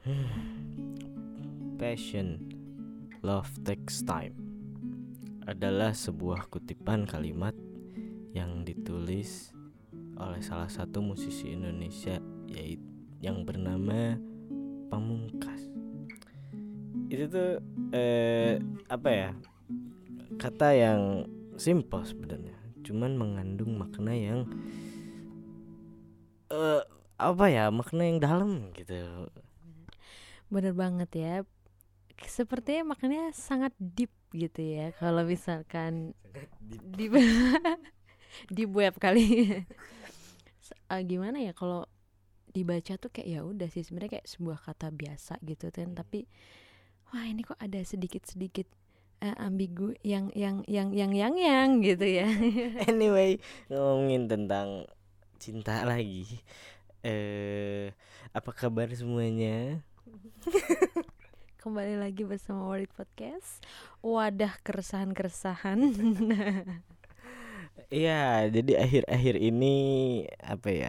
Passion, love takes time adalah sebuah kutipan kalimat yang ditulis oleh salah satu musisi Indonesia yaitu yang bernama Pamungkas. Itu tuh apa ya? Kata yang simple sebenarnya, cuman mengandung makna yang apa ya? Makna yang dalam gitu. Bener banget ya. Sepertinya maknanya sangat deep gitu ya. Kalau misalkan di di web kali. Gimana ya kalau dibaca tuh kayak ya udah sih sebenarnya kayak sebuah kata biasa gitu kan, tapi wah ini kok ada sedikit-sedikit ambigu yang gitu ya. Anyway, ngomongin tentang cinta lagi. Apa kabar semuanya? Kembali lagi bersama Worried Podcast, wadah keresahan-keresahan. Iya, jadi akhir-akhir ini apa ya?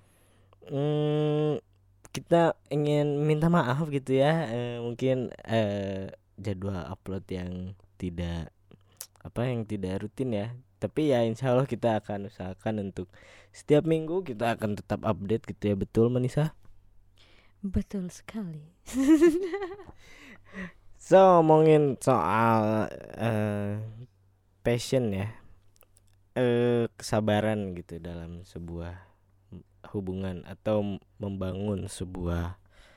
Kita ingin minta maaf gitu ya. Mungkin jadwal upload yang tidak rutin ya. Tapi ya insya Allah kita akan usahakan untuk setiap minggu kita akan tetap update gitu ya. Betul Manisa? Betul sekali. So ngomongin soal passion ya, kesabaran gitu dalam sebuah hubungan atau membangun sebuah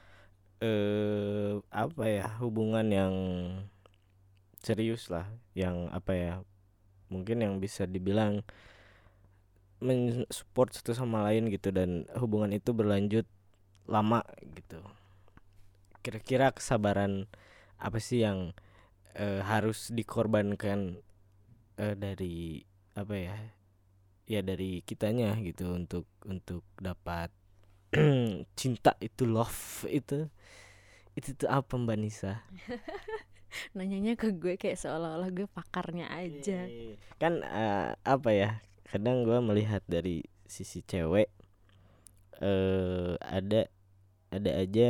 apa ya, hubungan yang serius lah, yang apa ya, mungkin yang bisa dibilang mensupport satu sama lain gitu, dan hubungan itu berlanjut lama gitu. Kira-kira kesabaran apa sih yang harus dikorbankan dari apa ya, ya dari kitanya gitu untuk dapat cinta itu, love itu tuh apa Mbak Nisa? Nanyanya ke gue kayak seolah-olah gue pakarnya aja. Kan apa ya, kadang gue melihat dari sisi cewek, ada aja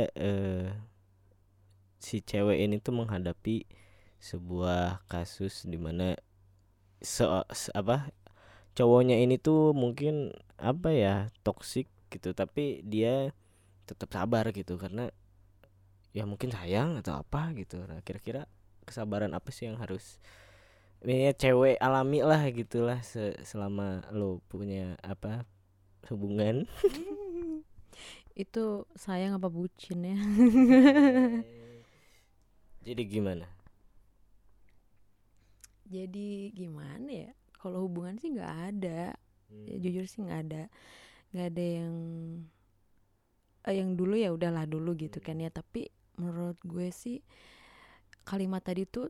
si cewek ini tuh menghadapi sebuah kasus di mana apa, cowoknya ini tuh mungkin apa ya, toksik gitu, tapi dia tetap sabar gitu karena ya mungkin sayang atau apa gitu. Nah, kira-kira kesabaran apa sih yang harus ya cewek alami lah gitulah selama lo punya apa, hubungan. Itu sayang apa bucin ya? Jadi gimana? Jadi gimana ya? Kalau hubungan sih nggak ada. Ya, jujur sih nggak ada yang dulu ya udahlah dulu gitu kan ya. Tapi menurut gue sih kalimat tadi tuh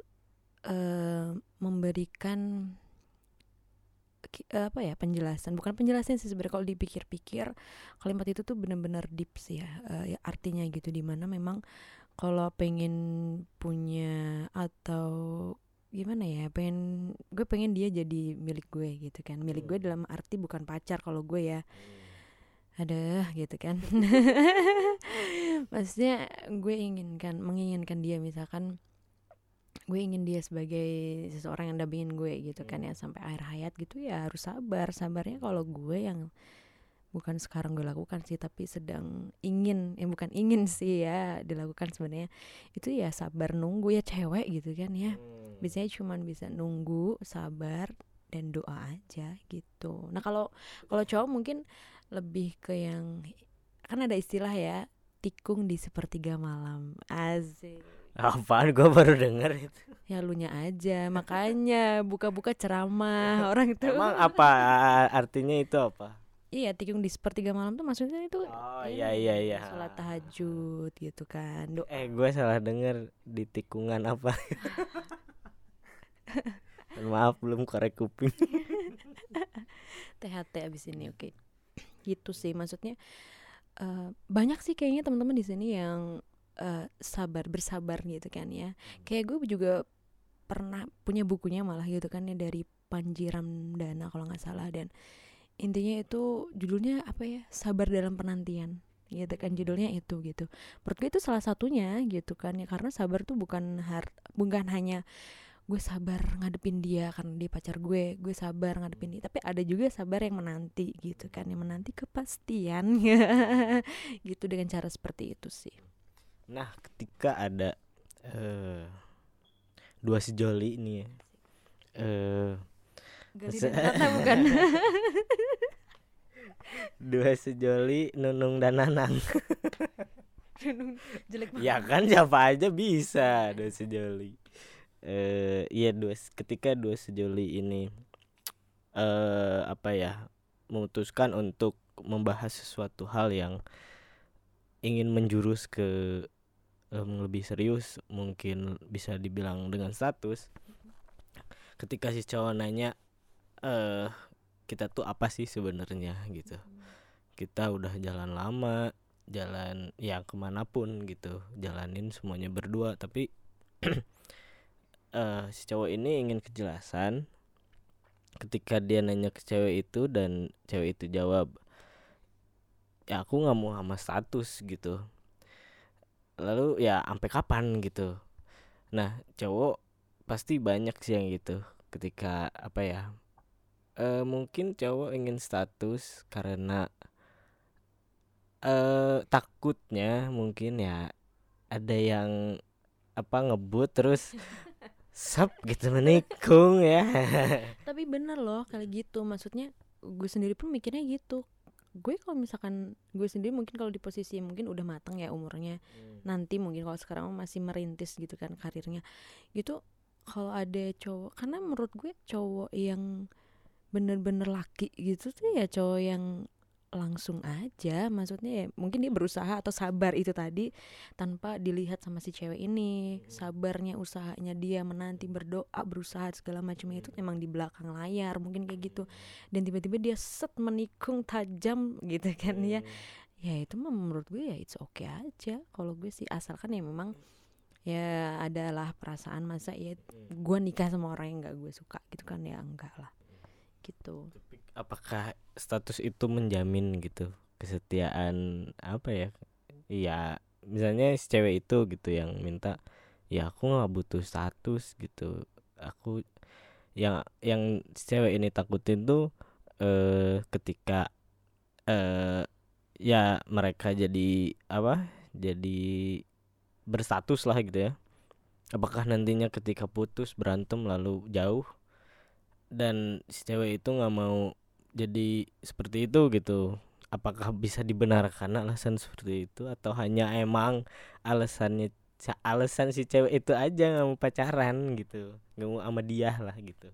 memberikan apa ya, penjelasan, bukan penjelasan sih sebenarnya. Kalau dipikir-pikir kalimat itu tuh benar-benar deep sih ya, ya artinya gitu, dimana memang kalau pengen punya atau gimana ya, gue pengen dia jadi milik gue gitu kan. Milik gue dalam arti bukan pacar kalau gue ya, ada gitu kan. Maksudnya gue menginginkan dia, misalkan gue ingin dia sebagai seseorang yang dampingin gue gitu kan ya sampai akhir hayat gitu, ya harus sabarnya. Kalau gue yang bukan sekarang gue lakukan sih, tapi sedang ingin, bukan ingin sih ya dilakukan sebenarnya, itu ya sabar nunggu ya cewek gitu kan ya. Biasanya cuman bisa nunggu, sabar, dan doa aja gitu. Nah kalau cowok mungkin lebih ke yang, kan ada istilah ya, tikung di sepertiga malam. Asik. Apaan, gue baru denger itu. Ya lu nya aja, makanya buka-buka ceramah orang itu. Emang apa artinya itu apa? Iya, tikung di sepertiga malam tuh maksudnya itu Oh iya. sholat tahajud gitu kan. Gue salah denger di tikungan apa. Maaf, belum korek kuping. THT abis ini, oke. Gitu sih maksudnya. Banyak sih kayaknya teman-teman di sini yang bersabar gitu kan ya. Kayak gue juga pernah punya bukunya malah gitu kan ya, dari Panji Ramdana kalau nggak salah, dan intinya itu judulnya apa ya, sabar dalam penantian. gitu kan, judulnya itu gitu. Menurut gue itu salah satunya gitu kan ya, karena sabar tuh bukan hanya gue sabar ngadepin dia karena dia pacar gue sabar ngadepin dia, tapi ada juga sabar yang menanti gitu kan, yang menanti kepastian gitu, dengan cara seperti itu sih. Nah, ketika ada dua sejoli ini ya, Gali dan Ratna bukan? dua sejoli Nunung dan Nanang. Jelek banget. Ya kan siapa aja bisa dua sejoli. Iya, ketika dua sejoli ini apa ya, memutuskan untuk membahas sesuatu hal yang ingin menjurus ke lebih serius, mungkin bisa dibilang dengan status. Ketika si cowok nanya, kita tuh apa sih sebenarnya gitu. Kita udah jalan lama, jalan ya kemanapun gitu, jalanin semuanya berdua, tapi si cowok ini ingin kejelasan. Ketika dia nanya ke cewek itu dan cewek itu jawab, ya aku nggak mau sama status gitu. Lalu ya sampai kapan gitu. Nah, cowok pasti banyak sih yang gitu. Ketika apa ya, mungkin cowok ingin status karena takutnya mungkin ya ada yang apa ngebut terus sep gitu menikung ya. Tapi bener loh kali gitu, maksudnya gue sendiri pun mikirnya gitu. Gue kalau misalkan gue sendiri mungkin kalau di posisi mungkin udah matang ya umurnya, nanti mungkin kalau sekarang masih merintis gitu kan karirnya gitu, kalau ada cowok, karena menurut gue cowok yang bener-bener laki gitu tuh ya cowok yang langsung aja, maksudnya ya mungkin dia berusaha atau sabar itu tadi tanpa dilihat sama si cewek ini, sabarnya usahanya dia menanti, berdoa, berusaha segala macam itu emang di belakang layar mungkin kayak gitu, dan tiba-tiba dia set menikung tajam gitu kan ya. Ya itu mah menurut gue ya it's okay aja kalau gue sih, asalkan ya memang ya adalah perasaan, masa ya gue nikah sama orang yang gak gue suka gitu kan, ya enggak lah gitu. Apakah status itu menjamin gitu kesetiaan apa ya? Iya, misalnya si cewek itu gitu yang minta, ya aku nggak butuh status gitu. Aku yang si cewek ini takutin tuh ketika ya mereka jadi apa? Jadi berstatus lah gitu ya. Apakah nantinya ketika putus, berantem lalu jauh dan si cewek itu nggak mau jadi seperti itu gitu, apakah bisa dibenarkan alasan seperti itu atau hanya emang alasan si cewek itu aja nggak mau pacaran gitu, nggak mau sama dia lah gitu.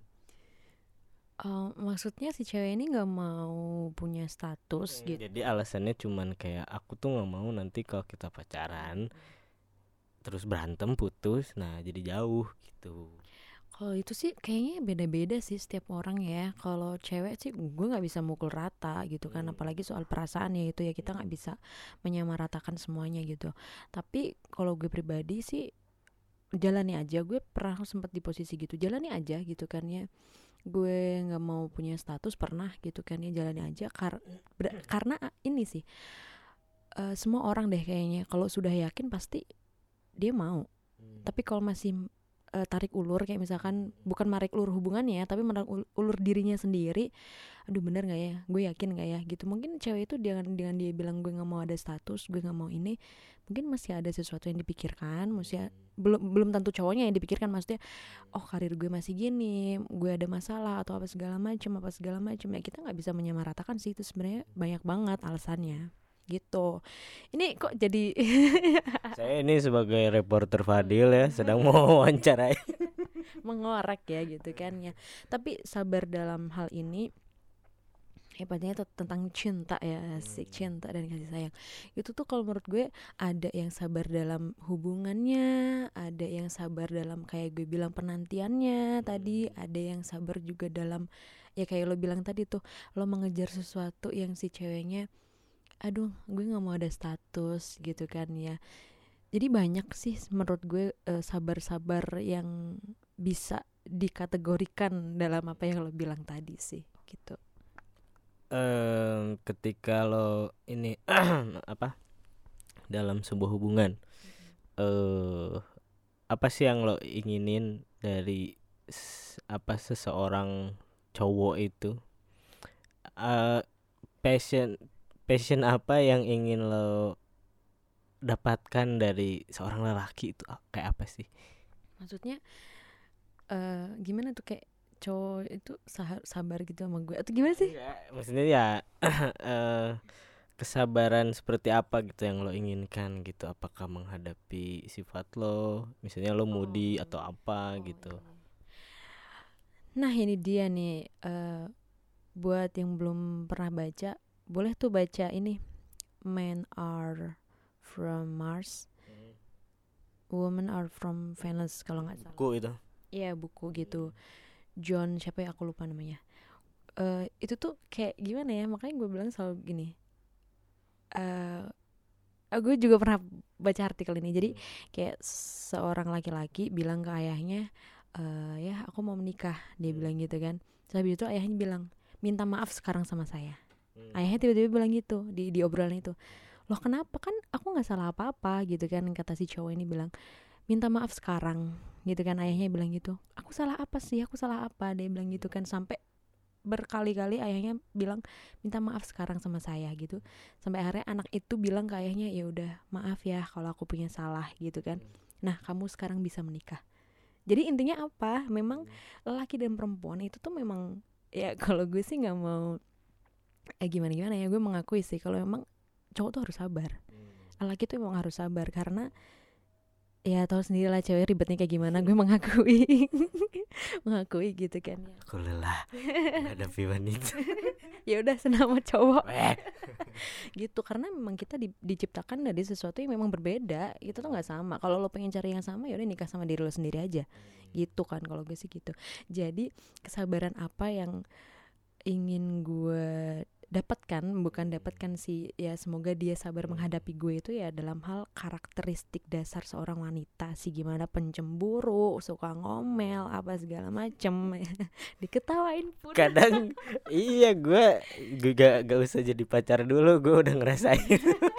Maksudnya si cewek ini nggak mau punya status gitu. Jadi alasannya cuman kayak aku tuh nggak mau nanti kalau kita pacaran terus berantem putus, nah jadi jauh gitu. Kalau itu sih kayaknya beda-beda sih setiap orang ya. Kalau cewek sih gue nggak bisa mukul rata gitu kan, apalagi soal perasaan ya itu ya kita nggak bisa menyamaratakan semuanya gitu. Tapi kalau gue pribadi sih jalani aja, gue pernah sempat di posisi gitu, jalani aja gitu kan ya. Gue nggak mau punya status pernah gitu kan ya, jalani aja karena ini sih semua orang deh kayaknya kalau sudah yakin pasti dia mau. Tapi kalau masih tarik ulur, kayak misalkan bukan menarik ulur hubungannya tapi menarik ulur dirinya sendiri, aduh bener nggak ya, gue yakin nggak ya gitu. Mungkin cewek itu dengan dia bilang gue nggak mau ada status, gue nggak mau ini, mungkin masih ada sesuatu yang dipikirkan, maksudnya belum tentu cowoknya yang dipikirkan, maksudnya oh karir gue masih gini, gue ada masalah atau apa segala macam ya, kita nggak bisa menyamaratakan sih, itu sebenarnya banyak banget alasannya gitu. Ini kok jadi Saya ini sebagai reporter Fadil ya sedang mau wawancarai mengorek ya gitu kan ya. Tapi sabar dalam hal ini hebatnya tentang cinta ya, asik, cinta dan kasih sayang itu tuh kalau menurut gue ada yang sabar dalam hubungannya, ada yang sabar dalam kayak gue bilang penantiannya tadi, ada yang sabar juga dalam ya kayak lo bilang tadi tuh, lo mengejar sesuatu yang si ceweknya aduh gue nggak mau ada status gitu kan ya. Jadi banyak sih menurut gue sabar-sabar yang bisa dikategorikan dalam apa yang lo bilang tadi sih gitu. Ketika lo ini apa dalam sebuah hubungan. eh Apa sih yang lo inginin dari seseorang cowok itu? eh passion passion apa yang ingin lo dapatkan dari seorang lelaki itu, kayak apa sih? Maksudnya gimana tuh, kayak cowok itu sabar gitu sama gue atau gimana sih? Enggak, maksudnya ya eh kesabaran seperti apa gitu yang lo inginkan gitu, apakah menghadapi sifat lo, misalnya lo moody atau apa gitu. Nah ini dia nih, buat yang belum pernah baca, boleh tuh baca ini, Men Are From Mars, Women Are From Venus kalau nggak salah. Buku itu. Iya buku gitu, John siapa ya aku lupa namanya. Itu tuh kayak gimana ya, makanya gue bilang selalu gini, gue juga pernah baca artikel ini. Jadi kayak seorang laki-laki bilang ke ayahnya, ya aku mau menikah, dia bilang gitu kan. Terus habis itu ayahnya bilang, minta maaf sekarang sama saya. Ayahnya tiba-tiba bilang gitu di obrolan itu. Loh kenapa, kan aku nggak salah apa-apa gitu kan, kata si cowok ini bilang, minta maaf sekarang gitu kan. Ayahnya bilang gitu, aku salah apa sih, aku salah apa, dia bilang gitu kan. Sampai berkali-kali ayahnya bilang minta maaf sekarang sama saya gitu, sampai akhirnya anak itu bilang ke ayahnya, ya udah maaf ya kalau aku punya salah gitu kan. Nah kamu sekarang bisa menikah. Jadi intinya apa, memang lelaki dan perempuan itu tuh memang ya, kalau gue sih nggak mau gimana ya, gue mengakui sih kalau memang cowok tuh harus sabar, lelaki tuh memang harus sabar, karena ya tahu sendiri lah cewek ribetnya kayak gimana. Gue mengakui mengakui gitu kan ya. Aku lelah menghadapi wanita. Ya udah senama cowok gitu, karena memang kita diciptakan dari sesuatu yang memang berbeda, itu tuh nggak sama. Kalau lo pengen cari yang sama, ya udah nikah sama diri lo sendiri aja gitu kan, kalau gue sih gitu. Jadi kesabaran apa yang ingin gue dapatkan, bukan dapatkan sih ya, semoga dia sabar menghadapi gue, itu ya dalam hal karakteristik dasar seorang wanita sih, gimana pencemburu, suka ngomel, apa segala macem diketawain pun. Kadang iya, gue gak usah jadi pacar dulu, gue udah ngerasain.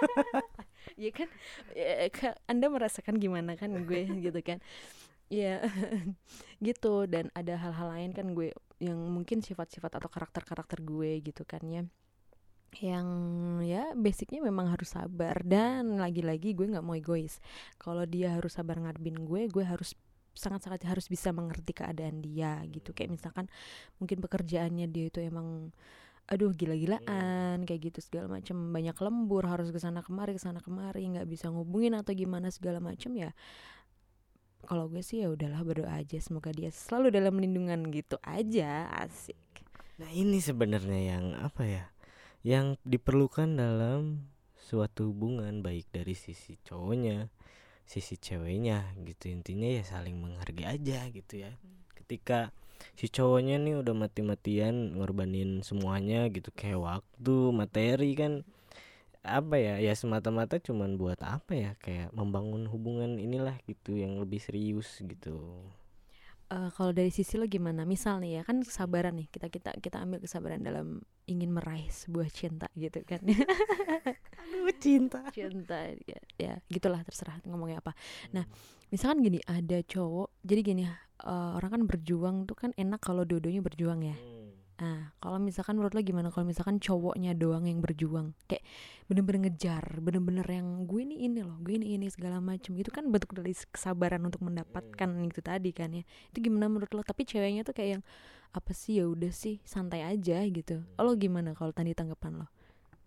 Ya kan, Anda merasakan gimana kan gue gitu kan ya. Gitu. Dan ada hal-hal lain kan gue, yang mungkin sifat-sifat atau karakter-karakter gue gitu kan ya, yang ya basicnya memang harus sabar. Dan lagi-lagi gue nggak mau egois. Kalau dia harus sabar ngadepin gue harus sangat-sangat harus bisa mengerti keadaan dia gitu. Kayak misalkan mungkin pekerjaannya dia itu emang aduh gila-gilaan kayak gitu segala macam, banyak lembur, harus kesana kemari nggak bisa ngubungin atau gimana segala macam ya. Kalau gue sih ya udahlah, berdoa aja semoga dia selalu dalam lindungan gitu aja. Asik. Nah ini sebenarnya yang apa ya, yang diperlukan dalam suatu hubungan, baik dari sisi cowoknya, sisi ceweknya gitu. Intinya ya saling menghargai aja gitu ya. Ketika si cowoknya nih udah mati-matian ngorbanin semuanya gitu, kayak waktu, materi kan, apa ya, ya semata-mata cuman buat apa ya, kayak membangun hubungan inilah gitu yang lebih serius gitu. Kalau dari sisi lo gimana? Misal nih ya, kan kesabaran nih, kita ambil kesabaran dalam ingin meraih sebuah cinta gitu kan. Aduh, cinta Ya gitulah, terserah ngomongnya apa. Nah misalkan gini, ada cowok, jadi gini, orang kan berjuang tuh kan enak kalau dua-duanya berjuang ya. Nah kalau misalkan menurut lo gimana kalau misalkan cowoknya doang yang berjuang, kayak bener-bener ngejar, bener-bener yang gue ini loh, gue ini segala macem gitu kan, bentuk dari kesabaran untuk mendapatkan itu tadi kan ya. Itu gimana menurut lo? Tapi ceweknya tuh kayak yang apa sih, ya udah sih santai aja gitu. Lo gimana kalau tadi tanggapan lo?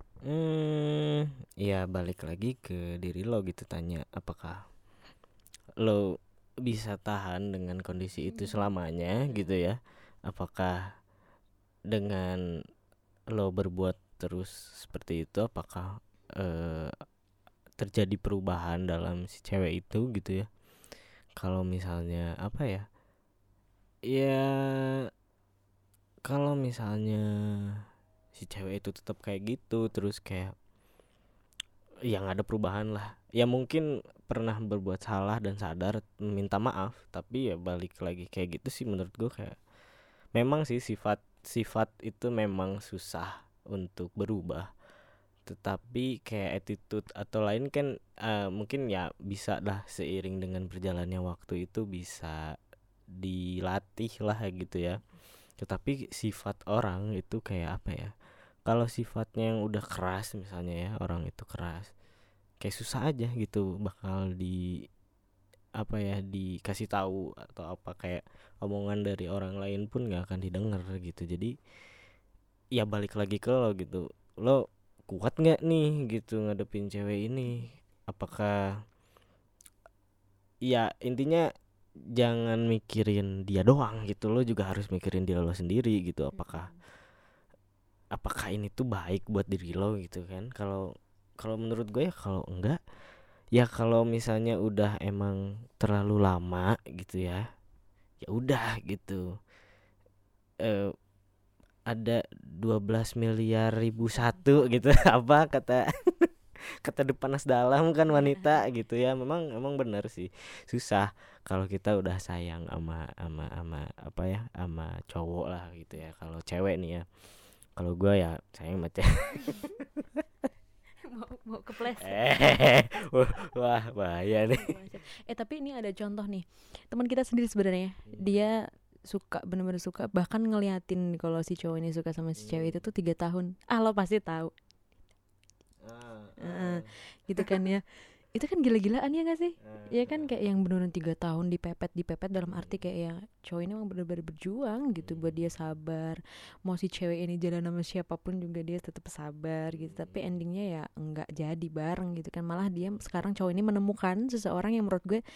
Ya balik lagi ke diri lo gitu, tanya apakah lo bisa tahan dengan kondisi itu selamanya gitu ya. Apakah dengan lo berbuat terus seperti itu, apakah terjadi perubahan dalam si cewek itu gitu ya. Kalau misalnya apa ya, ya kalau misalnya si cewek itu tetap kayak gitu terus, kayak ya nggak ada perubahan lah, ya mungkin pernah berbuat salah dan sadar minta maaf, tapi ya balik lagi kayak gitu sih. Menurut gue kayak memang sih sifat itu memang susah untuk berubah, tetapi kayak attitude atau lain kan mungkin ya bisa lah seiring dengan berjalannya waktu itu bisa dilatih lah gitu ya. Tetapi sifat orang itu kayak apa ya, kalau sifatnya yang udah keras misalnya ya, orang itu keras kayak susah aja gitu bakal di apa ya, dikasih tahu atau apa, kayak omongan dari orang lain pun nggak akan didengar gitu. Jadi ya balik lagi ke lo gitu, lo kuat nggak nih gitu ngadepin cewek ini. Apakah ya intinya jangan mikirin dia doang gitu, lo juga harus mikirin diri lo sendiri gitu. Apakah ini tuh baik buat diri lo gitu kan. Kalau kalau menurut gue ya kalau enggak, ya kalau misalnya udah emang terlalu lama gitu ya, ya udah gitu. eh, ada 12 miliar ribu satu gitu apa kata kata Depanas Dalam kan wanita gitu ya. Memang benar sih susah kalau kita udah sayang sama apa ya, sama cowok lah gitu ya. Kalau cewek nih ya, kalau gue ya sayang sama cewek. mau kepleset. Wah bahaya nih. Tapi ini ada contoh nih, teman kita sendiri sebenarnya, dia suka, bener-bener suka, bahkan ngeliatin kalau si cowok ini suka sama si cewek itu tuh 3 tahun. Lo pasti tahu. Gitu kan ya. Itu kan gila-gilaan ya gak sih? Ya kan, kayak yang beneran 3 tahun dipepet dalam arti kayak ya cowok ini emang bener-bener berjuang gitu buat dia sabar. Mau si cewek ini jalan sama siapapun juga dia tetap sabar gitu. Tapi endingnya ya enggak jadi bareng gitu kan. Malah dia sekarang cowok ini menemukan seseorang yang menurut gue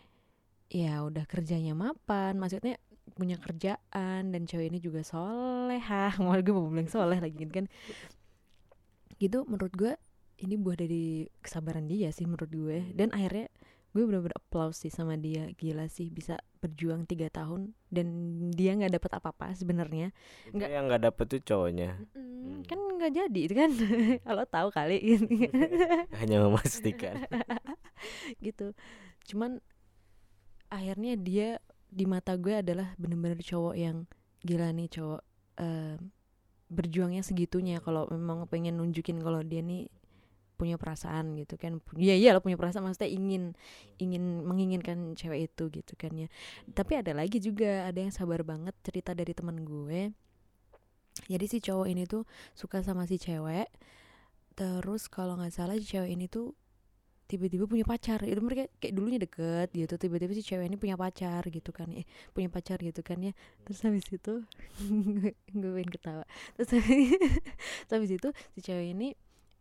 ya udah kerjanya mapan, maksudnya punya kerjaan, dan cewek ini juga solehah. Malah gue mau bilang soleh lagi gitu kan. Gitu menurut gue ini buah dari kesabaran dia sih menurut gue. Dan akhirnya gue bener-bener applause sih sama dia. Gila sih bisa berjuang 3 tahun dan dia gak dapet apa-apa sebenarnya. Nggak, yang nggak dapet tuh cowoknya. Kan gak jadi itu kan. Kalau tahu kali Hanya memastikan gitu. Cuman akhirnya dia di mata gue adalah bener-bener cowok yang gila nih, cowok berjuangnya segitunya kalau memang pengen nunjukin kalau dia nih punya perasaan gitu kan. Iyalah punya perasaan, maksudnya ingin menginginkan cewek itu gitu kan ya. Tapi ada lagi juga, ada yang sabar banget. Cerita dari teman gue, jadi si cowok ini tuh suka sama si cewek, terus kalau nggak salah si cewek ini tuh tiba-tiba punya pacar. Itu mereka kayak dulunya deket gitu, tiba-tiba si cewek ini punya pacar gitu kan, punya pacar gitu kan ya. Terus habis itu gue pengen ketawa. Terus habis itu si cewek ini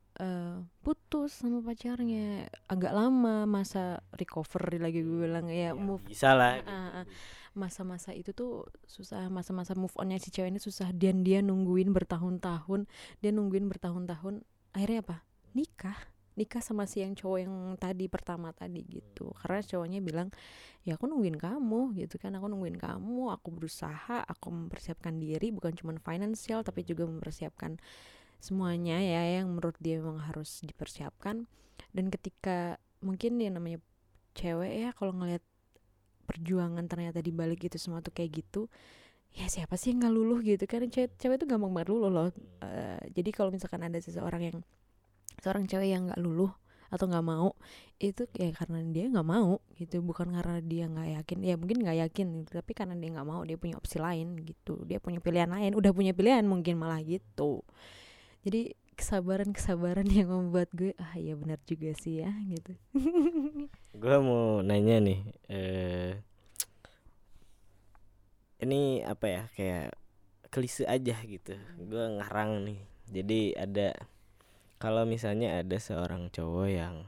putus sama pacarnya agak lama, masa recovery lagi gue bilang ya, move bisa lah gitu. Masa-masa itu tuh susah, masa-masa move onnya si cewek ini susah, dan dia nungguin bertahun-tahun, akhirnya apa, nikah sama si yang cowok yang tadi pertama tadi gitu. Karena cowoknya bilang ya aku nungguin kamu gitu kan, aku berusaha, aku mempersiapkan diri bukan cuma finansial tapi juga mempersiapkan semuanya ya yang menurut dia memang harus dipersiapkan. Dan ketika mungkin dia namanya cewek ya, kalau ngelihat perjuangan ternyata di balik itu semua tuh kayak gitu, ya siapa sih yang nggak luluh gitu kan. Cewek tuh gampang banget luluh loh. Jadi kalau misalkan ada seorang cewek yang nggak luluh atau nggak mau, itu ya karena dia nggak mau gitu, bukan karena dia nggak yakin. Ya mungkin nggak yakin gitu, tapi karena dia nggak mau, dia punya opsi lain gitu, dia punya pilihan lain, udah punya pilihan mungkin malah gitu. Jadi kesabaran yang membuat gue ya benar juga sih ya gitu. Gue mau nanya nih, ini apa ya, kayak klise aja gitu, gue ngarang nih. Jadi ada, kalau misalnya ada seorang cowok yang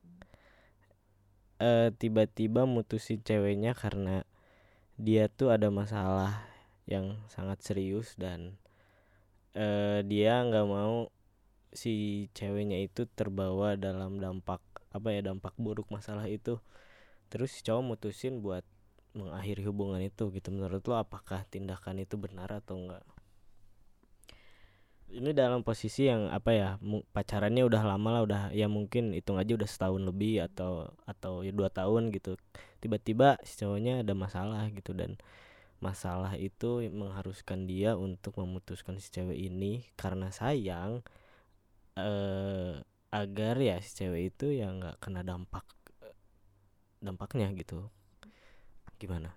tiba-tiba mutusin ceweknya karena dia tuh ada masalah yang sangat serius, dan dia nggak mau si ceweknya itu terbawa dalam dampak buruk masalah itu. Terus si cowok mutusin buat mengakhiri hubungan itu gitu. Menurut lo apakah tindakan itu benar atau enggak? Ini dalam posisi yang apa ya, pacarannya udah lama lah, udah ya mungkin hitung aja udah setahun lebih atau ya 2 tahun gitu. Tiba-tiba si cowoknya ada masalah gitu, dan masalah itu mengharuskan dia untuk memutuskan si cewek ini karena sayang agar ya si cewek itu ya nggak kena dampaknya gitu. Gimana?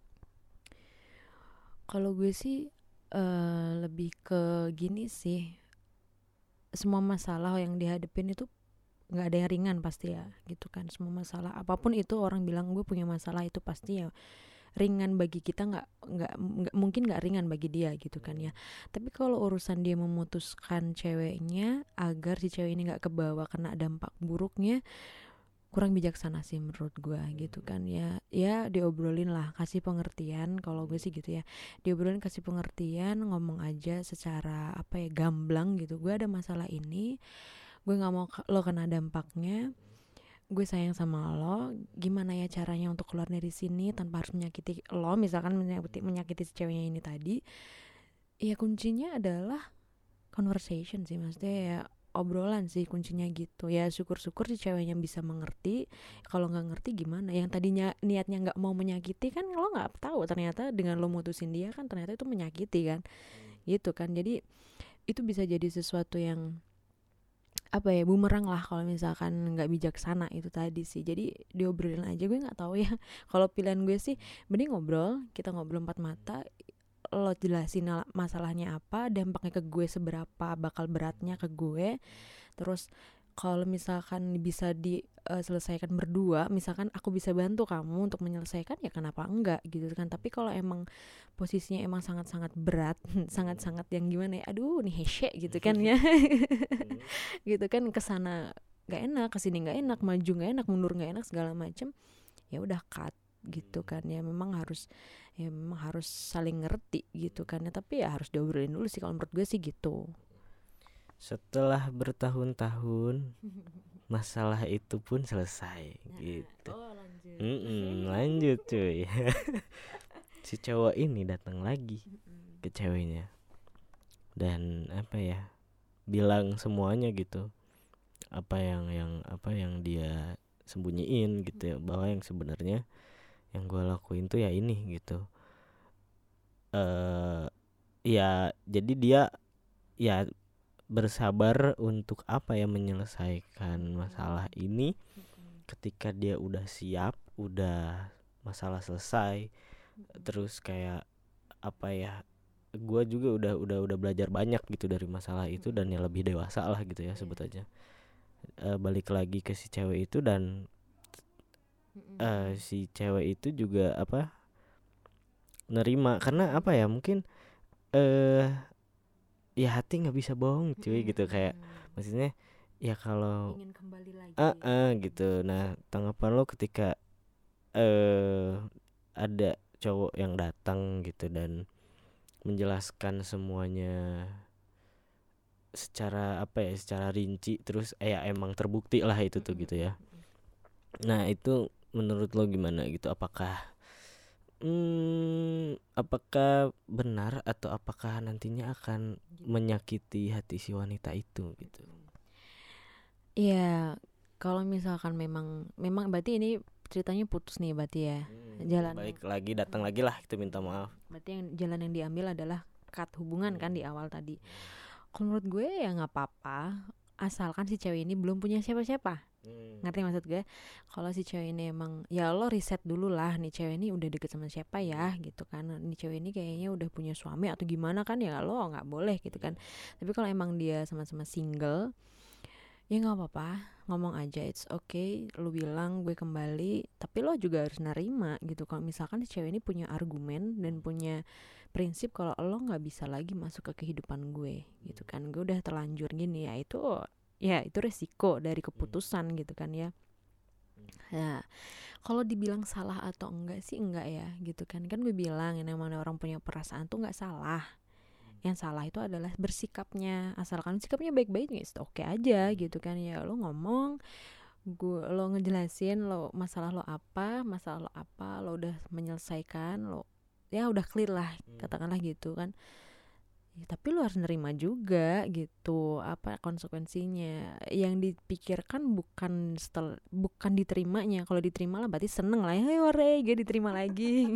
Kalau gue sih lebih ke gini sih, semua masalah yang dihadapin itu nggak ada yang ringan pasti ya gitu kan. Semua masalah apapun itu, orang bilang gue punya masalah itu pasti ya ringan bagi kita, nggak mungkin nggak ringan bagi dia gitu kan ya. Tapi kalau urusan dia memutuskan ceweknya agar si cewek ini nggak kebawa kena dampak buruknya, kurang bijaksana sih menurut gue gitu kan ya. Ya diobrolin lah, kasih pengertian, kalau gue sih gitu ya, diobrolin, kasih pengertian, ngomong aja secara apa ya, gamblang gitu, gue ada masalah ini, gue nggak mau lo kena dampaknya, gue sayang sama lo, gimana ya caranya untuk keluar dari sini tanpa harus menyakiti lo, misalkan menyakiti si ceweknya ini tadi. Ya kuncinya adalah conversation sih, maksudnya ya obrolan sih kuncinya gitu ya. Syukur-syukur si ceweknya bisa mengerti. Kalau nggak ngerti gimana, yang tadinya niatnya nggak mau menyakiti kan, lo nggak tahu ternyata dengan lo mutusin dia kan ternyata itu menyakiti kan, gitu kan. Jadi itu bisa jadi sesuatu yang apa ya, bumerang lah kalau misalkan nggak bijaksana itu tadi sih. Jadi diobrolin aja, gue nggak tahu ya kalau pilihan gue sih mending ngobrol, kita ngobrol empat mata, lo jelasin masalahnya apa, dampaknya ke gue seberapa, bakal beratnya ke gue. Terus kalau misalkan bisa diselesaikan berdua, misalkan aku bisa bantu kamu untuk menyelesaikan, ya kenapa enggak gitu kan. Tapi kalau emang posisinya emang sangat-sangat berat sangat-sangat yang gimana ya, aduh nih hesek gitu kan ya gitu kan, kesana nggak enak, kesini nggak enak, maju nggak enak, mundur nggak enak, segala macem, ya udah cut gitu kan ya. Memang harus saling ngerti gitu kan ya. Tapi ya harus diobrolin dulu sih kalau menurut gue sih gitu. Setelah bertahun-tahun masalah itu pun selesai gitu. Lanjut cuy. Si cowok ini datang lagi ke ceweknya dan apa ya, bilang semuanya gitu, apa yang dia sembunyiin gitu ya, bahwa yang sebenarnya yang gue lakuin tuh ya ini gitu. Ya jadi dia ya bersabar untuk apa ya, menyelesaikan masalah ini. Ketika dia udah siap, udah masalah selesai, terus kayak apa ya, gue juga udah belajar banyak gitu dari masalah itu, dan ya lebih dewasa lah gitu ya sebut aja. Balik lagi ke si cewek itu, dan si cewek itu juga apa, nerima, karena apa ya, mungkin ya hati nggak bisa bohong cuy gitu, kayak maksudnya ya kalau ingin kembali lagi gitu. Nah, tanggapan lo ketika ada cowok yang datang gitu dan menjelaskan semuanya secara apa ya, secara rinci, terus ya emang terbukti lah itu tuh gitu ya. Nah, itu menurut lo gimana gitu? Apakah benar atau apakah nantinya akan menyakiti hati si wanita itu gitu? Iya, kalau misalkan memang berarti ini ceritanya putus nih berarti ya. Jalan Balik lagi, datang lagi lah, kita minta maaf. berarti yang jalan yang diambil adalah cut hubungan kan di awal tadi. Kalau menurut gue ya nggak apa-apa, asalkan si cewek ini belum punya siapa-siapa. Ngerti maksud gue? Kalau si cewek ini emang, ya lo riset dulu lah, nih cewek ini udah deket sama siapa ya gitu kan. Nih cewek ini kayaknya udah punya suami atau gimana kan, ya lo nggak boleh gitu kan. Tapi kalau emang dia sama-sama single, ya nggak apa-apa, ngomong aja, it's okay, lu bilang gue kembali, tapi lo juga harus nerima gitu. Kalau misalkan si cewek ini punya argumen dan punya prinsip kalau lo nggak bisa lagi masuk ke kehidupan gue gitu kan, gue udah terlanjur gini, ya itu resiko dari keputusan gitu kan ya. Nah, kalau dibilang salah atau enggak sih enggak ya gitu kan. Kan gue bilang yang namanya orang punya perasaan tuh nggak salah. Yang salah itu adalah bersikapnya. Asalkan sikapnya baik-baik, ya oke aja gitu kan ya. Lo ngomong, lo ngejelasin masalah lo apa, lo udah menyelesaikan, lo ya udah clear lah, katakanlah gitu kan. Ya, tapi lo harus nerima juga gitu apa konsekuensinya. Yang dipikirkan bukan diterimanya. Kalau diterima lah berarti seneng lah ya, hore gue diterima lagi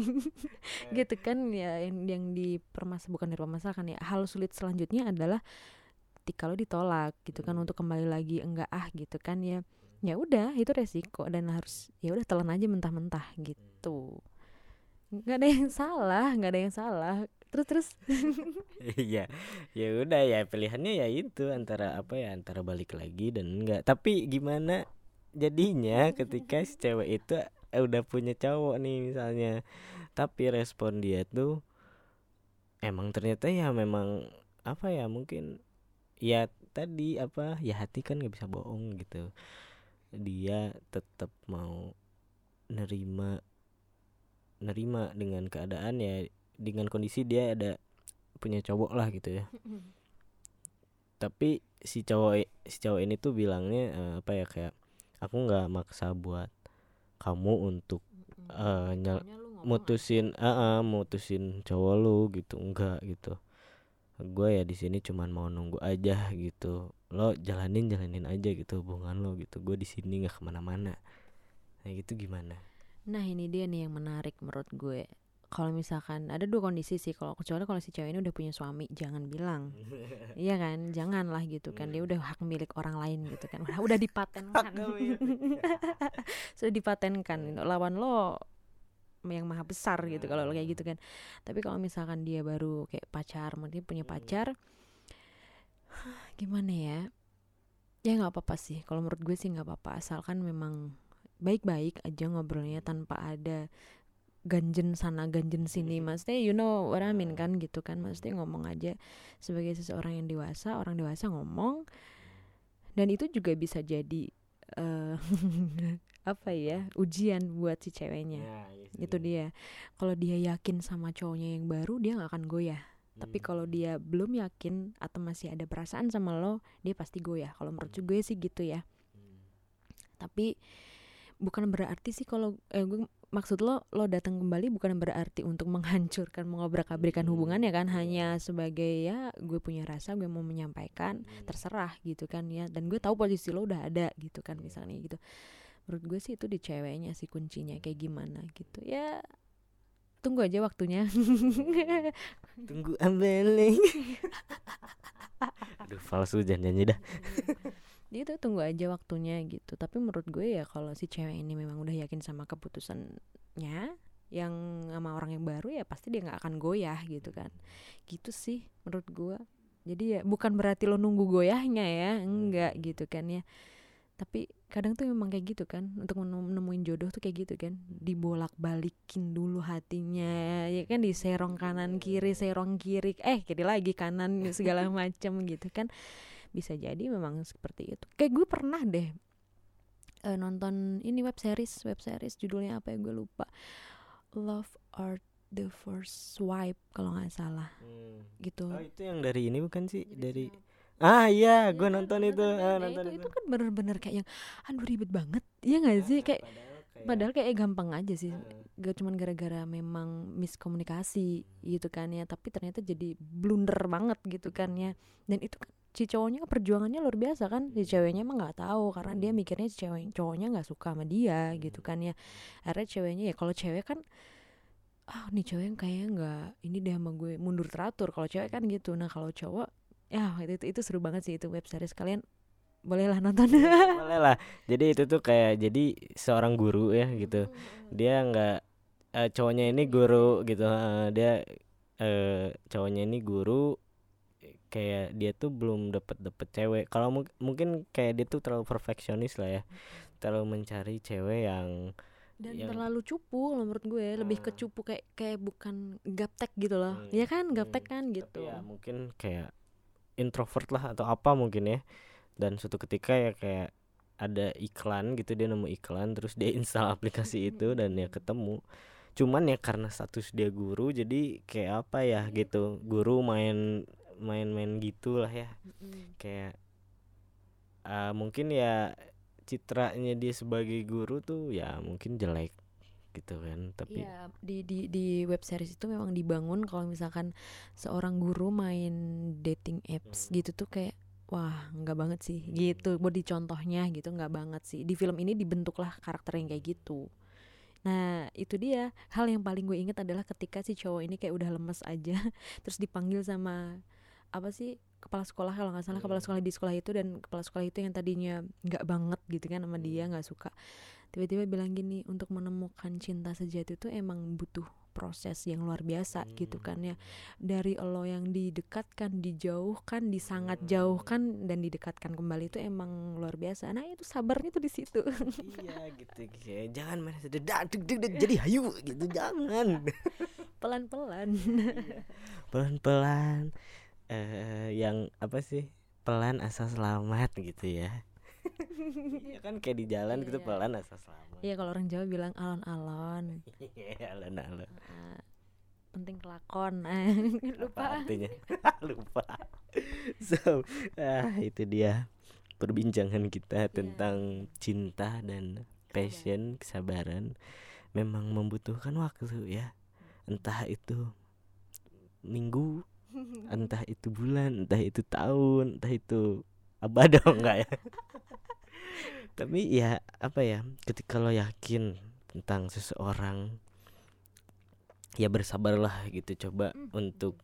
gitu kan ya. Yang bukan dipermasalahkan ya, hal sulit selanjutnya adalah ketika lo ditolak gitu kan untuk kembali lagi enggak gitu kan ya, ya udah itu resiko dan harus ya udah telan aja mentah-mentah gitu. Nggak ada yang salah, nggak ada yang salah. Terus Iya, ya udah ya pilihannya ya itu antara apa ya, antara balik lagi dan enggak. Tapi gimana jadinya ketika si cewek itu udah punya cowok nih misalnya, tapi respon dia tuh emang ternyata ya memang apa ya, mungkin ya tadi apa ya, hati kan nggak bisa bohong gitu. Dia tetap mau nerima nerima dengan keadaan ya, dengan kondisi dia ada punya cowok lah gitu ya. Tapi si cowok ini tuh bilangnya apa ya, kayak aku nggak maksa buat kamu untuk mutusin cowok lu gitu, enggak gitu. Gue ya di sini cuman mau nunggu aja gitu, lo jalanin aja gitu hubungan lo gitu, gue di sini nggak kemana-mana. Nah gitu gimana? nah ini dia nih yang menarik menurut gue. Kalau misalkan ada dua kondisi sih, kalau kecuali kalau si cewek ini udah punya suami, jangan bilang. Iya kan, jangan lah gitu kan, dia udah hak milik orang lain gitu kan, udah dipatenkan. Sudah dipatenkan, lawan lo yang maha besar gitu kalau kayak gitu kan. Tapi kalau misalkan dia baru kayak pacar, mungkin punya pacar, gimana ya, ya nggak apa-apa sih kalau menurut gue sih, nggak apa-apa asalkan memang baik-baik aja ngobrolnya tanpa ada ganjen sana ganjen sini, maksudnya you know what I mean kan gitu kan, maksudnya ngomong aja sebagai seseorang yang dewasa, orang dewasa ngomong. Dan itu juga bisa jadi apa ya, ujian buat si ceweknya. Itu dia, kalau dia yakin sama cowoknya yang baru, dia nggak akan goyah. Tapi kalau dia belum yakin atau masih ada perasaan sama lo, dia pasti goyah. Kalau menurut gue sih gitu ya. Tapi bukan berarti sih kalau gue maksud lo datang kembali bukan berarti untuk menghancurkan, mengobrak-abrikan hubungan ya kan, hanya sebagai ya gue punya rasa, gue mau menyampaikan, terserah gitu kan ya. Dan gue tahu posisi lo udah ada gitu kan misalnya gitu. Menurut gue sih itu di ceweknya sih kuncinya kayak gimana gitu ya. Tunggu aja waktunya. Tunggu ambeling. Aduh palsu, jangan nyanyi dah. Itu tunggu aja waktunya gitu. Tapi menurut gue ya kalau si cewek ini memang udah yakin sama keputusannya yang sama orang yang baru, ya pasti dia nggak akan goyah gitu kan. Gitu sih menurut gue. Jadi ya bukan berarti lo nunggu goyahnya ya, enggak gitu kan ya. Tapi kadang tuh memang kayak gitu kan, untuk menemuin jodoh tuh kayak gitu kan, dibolak-balikin dulu hatinya ya kan, diserong kanan kiri, serong kiri, kiri lagi kanan segala macam gitu kan. Bisa jadi memang seperti itu. Kayak gue pernah deh nonton ini web series judulnya apa ya gue lupa, Love at the First Swipe kalau nggak salah gitu. Oh itu yang dari ini bukan sih, dari iya gue nonton itu. Itu kan bener-bener kayak yang aduh ribet banget ya nggak sih, kayak padahal kayak gampang aja sih, gak cuman gara-gara memang miskomunikasi gitu kan ya, tapi ternyata jadi blunder banget gitu kan ya. Dan itu kan si cowoknya perjuangannya luar biasa kan, si ceweknya emang nggak tahu karena dia mikirnya si cowoknya nggak suka sama dia gitu kan ya. Akhirnya ceweknya ya, kalau cewek kan nih cewek yang kayaknya nggak ini deh sama gue, mundur teratur kalau cewek kan gitu. Nah kalau cowok ya itu seru banget sih, itu web series, kalian bolehlah nonton. Boleh lah. Jadi itu tuh kayak jadi seorang guru ya gitu. Dia nggak cowoknya ini guru gitu. Dia cowoknya ini guru, kayak dia tuh belum dapet cewek. Kalau mungkin kayak dia tuh terlalu perfeksionis lah ya, terlalu mencari cewek yang dan terlalu cupu loh menurut gue, lebih ke cupu, kayak bukan gaptek gitu loh. Ya kan gaptek kan gitu. Tapi ya mungkin kayak introvert lah atau apa mungkin ya. Dan suatu ketika ya kayak ada iklan gitu, dia nemu iklan terus dia install aplikasi itu dan ya ketemu. Cuman ya karena status dia guru, jadi kayak apa ya gitu, guru main gitu lah ya. Kayak mungkin ya citranya dia sebagai guru tuh ya mungkin jelek gitu kan. Tapi ya di web series itu memang dibangun kalau misalkan seorang guru main dating apps gitu tuh kayak wah nggak banget sih gitu, buat dicontohnya gitu nggak banget sih. Di film ini dibentuklah karakter yang kayak gitu. Nah itu dia, hal yang paling gue inget adalah ketika si cowok ini kayak udah lemes aja terus dipanggil sama apa sih, kepala sekolah kalau nggak salah, kepala sekolah di sekolah itu, dan kepala sekolah itu yang tadinya nggak banget gitu kan sama dia, nggak suka, tiba-tiba bilang gini, untuk menemukan cinta sejati itu emang butuh proses yang luar biasa gitu kan ya, dari lo yang didekatkan, dijauhkan, disangat jauhkan, dan didekatkan kembali, itu emang luar biasa. Nah itu sabarnya tuh di situ. Iya gitu, kayak jangan main jadi hayu gitu, jangan. Pelan-pelan. Iya. Pelan-pelan, yang apa sih, pelan asal selamat gitu ya. Iya kan, kayak di jalan gitu, Iya. pelan asal selamat. Iya, kalau orang Jawa bilang alon-alon. Iya, alon-alon. Penting kelakon. Apa Lupa. artinya? Lupa. So, itu dia perbincangan kita tentang cinta dan passion, kesabaran. Memang membutuhkan waktu ya. Entah itu minggu, entah itu bulan, entah itu tahun, entah itu abad enggak ya. Tapi ya apa ya, ketika lo yakin tentang seseorang, ya bersabarlah gitu. Coba untuk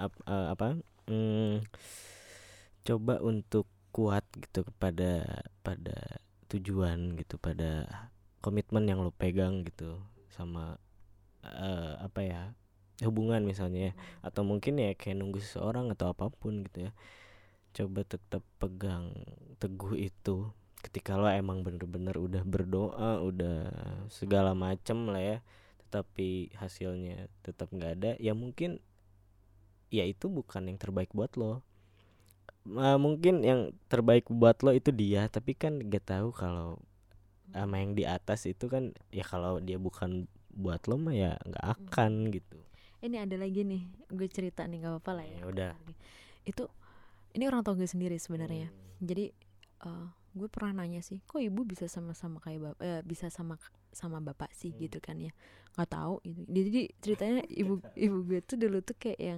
coba untuk kuat gitu pada tujuan gitu, pada komitmen yang lo pegang gitu, sama apa ya, hubungan misalnya ya, atau mungkin ya kayak nunggu seseorang atau apapun gitu ya. Coba tetap pegang teguh itu. Ketika lo emang bener-bener udah berdoa, udah segala macem lah ya, tetapi hasilnya tetap nggak ada, ya mungkin ya itu bukan yang terbaik buat lo. Mungkin yang terbaik buat lo itu dia, tapi kan gak tahu kalau sama yang di atas itu kan, ya kalau dia bukan buat lo mah ya nggak akan gitu. Ini ada lagi nih, gue cerita nih, gak apa-apa lah ya. Ya udah. Itu ini orang tua gue sendiri sebenarnya. Jadi gue pernah nanya sih, kok ibu bisa sama-sama kayak bapak, bisa sama bapak sih gitu kan ya. Nggak tahu gitu. Jadi ceritanya ibu gue tuh dulu tuh kayak yang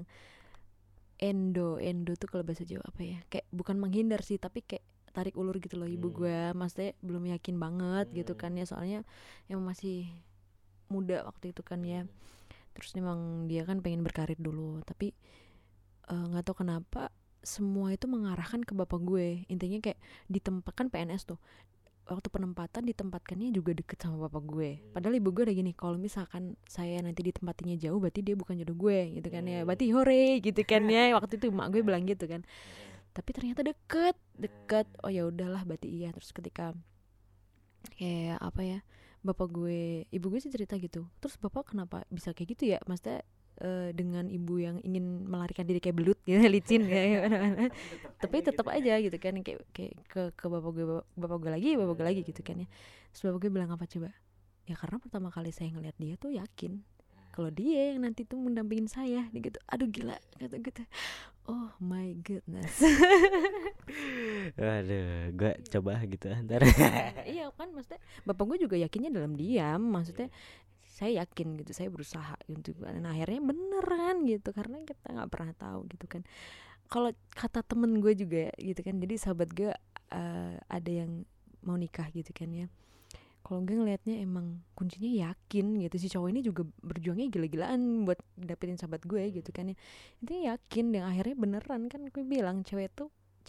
endo tuh kalau bahasa Jawa apa ya? Kayak bukan menghindar sih, tapi kayak tarik ulur gitu loh ibu gue. Maksudnya belum yakin banget gitu kan ya, soalnya yang masih muda waktu itu kan ya. Terus memang dia kan pengen berkarir dulu, tapi nggak tahu kenapa semua itu mengarahkan ke bapak gue. Intinya kayak ditempatkan PNS tuh, waktu penempatan ditempatkannya juga deket sama bapak gue. Padahal ibu gue udah gini, kalau misalkan saya nanti ditempatinya jauh, berarti dia bukan jodoh gue gitu kan ya, berarti hore gitu kan ya. Waktu itu emak gue bilang gitu kan, tapi ternyata deket. Oh ya udahlah, berarti iya. Terus ketika kayak apa ya, ibu gue sih cerita gitu, terus bapak kenapa bisa kayak gitu ya, maksudnya dengan ibu yang ingin melarikan diri kayak belut gitu, licin ya, tapi tetap aja gitu kan, kayak ke bapak gue lagi gitu kan ya. Terus bapak gue bilang apa coba, ya karena pertama kali saya ngeliat dia tuh yakin kalau dia yang nanti tuh mendampingin saya gitu. Aduh gila kata gitu, oh my goodness. Waduh, gue coba gitu ntar. Iya kan, maksudnya bapak gue juga yakinnya dalam diam, maksudnya saya yakin gitu, saya berusaha gitu, dan akhirnya bener kan gitu, karena kita nggak pernah tahu gitu kan. Kalau kata temen gue juga gitu kan, jadi sahabat gue ada yang mau nikah gitu kan ya, kalau gue ngelihatnya emang kuncinya yakin gitu. Si cowok ini juga berjuangnya gila-gilaan buat dapetin sahabat gue gitu kan ya, itu yakin, dan akhirnya beneran kan. Gue bilang cewek tuh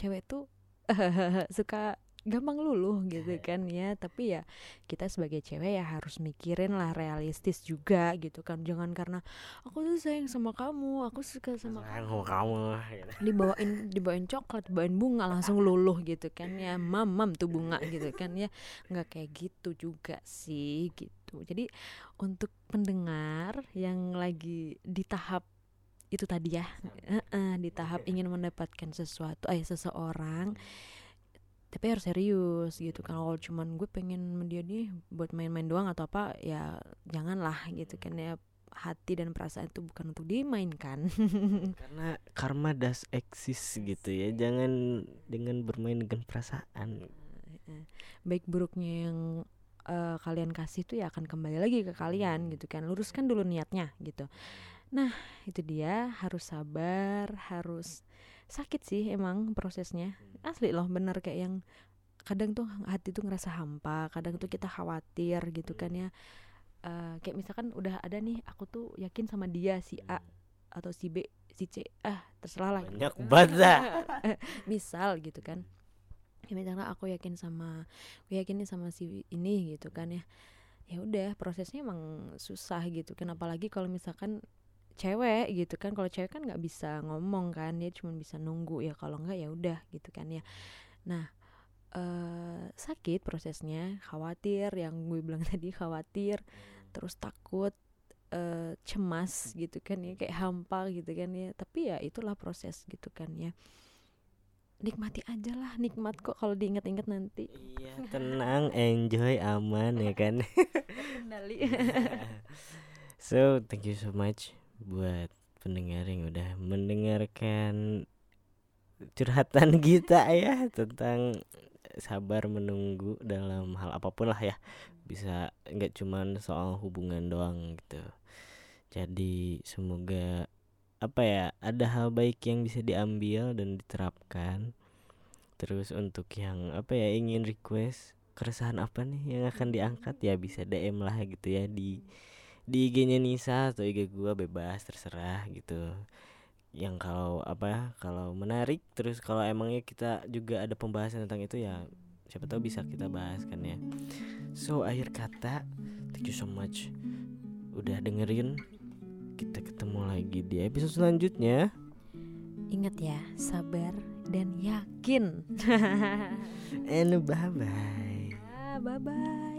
suka gampang luluh gitu kan ya, tapi ya kita sebagai cewek ya harus mikirin lah, realistis juga gitu kan. Jangan karena aku tuh sayang sama kamu, aku suka sama kamu gitu. dibawain coklat, dibawain bunga langsung luluh gitu kan ya, mam tuh bunga gitu kan ya. Nggak kayak gitu juga sih gitu. Jadi untuk pendengar yang lagi di tahap itu tadi ya, di tahap ingin mendapatkan seseorang, tapi harus serius gitu kan. Kalau cuman gue pengen dia nih buat main-main doang atau apa, ya janganlah gitu kan ya. Hati dan perasaan itu bukan untuk dimainkan. Karena karma does exist gitu ya. Jangan dengan bermain dengan perasaan. Baik buruknya yang kalian kasih tuh ya akan kembali lagi ke kalian gitu kan. Luruskan dulu niatnya gitu. Nah itu dia, harus sabar, harus sakit sih emang prosesnya, asli loh, bener. Kayak yang kadang tuh hati tuh ngerasa hampa, kadang tuh kita khawatir gitu kan ya. Kayak misalkan udah ada nih, aku tuh yakin sama dia, si A atau si B, si C terserah lah banyak banget dah. misal gitu kan ya, misalnya aku yakin sama si ini gitu kan ya, ya udah prosesnya emang susah gitu kan, apalagi kalau misalkan cewek gitu kan, kalau cewek kan nggak bisa ngomong kan, dia cuma bisa nunggu ya, kalau nggak ya udah gitu kan ya. Nah sakit prosesnya, khawatir yang gue bilang tadi, khawatir terus takut, cemas gitu kan ya, kayak hampa gitu kan ya, tapi ya itulah proses gitu kan ya, nikmati aja lah, nikmat kok kalau diingat-ingat nanti. Iya, tenang, enjoy, aman ya kan. Terkendali. So thank you so much buat pendengar yang udah mendengarkan curhatan kita ya tentang sabar menunggu dalam hal apapun lah ya, bisa nggak cuman soal hubungan doang gitu. Jadi semoga apa ya, ada hal baik yang bisa diambil dan diterapkan. Terus untuk yang apa ya, ingin request keresahan apa nih yang akan diangkat, ya bisa DM lah gitu ya di IG-nya Nisa atau IG gua, bebas terserah gitu. Yang kalau apa ya, kalau menarik, terus kalau emangnya kita juga ada pembahasan tentang itu ya siapa tahu bisa kita bahas kan ya. So akhir kata, thank you so much udah dengerin. Kita ketemu lagi di episode selanjutnya. Ingat ya, sabar dan yakin. And bye bye. Bye bye.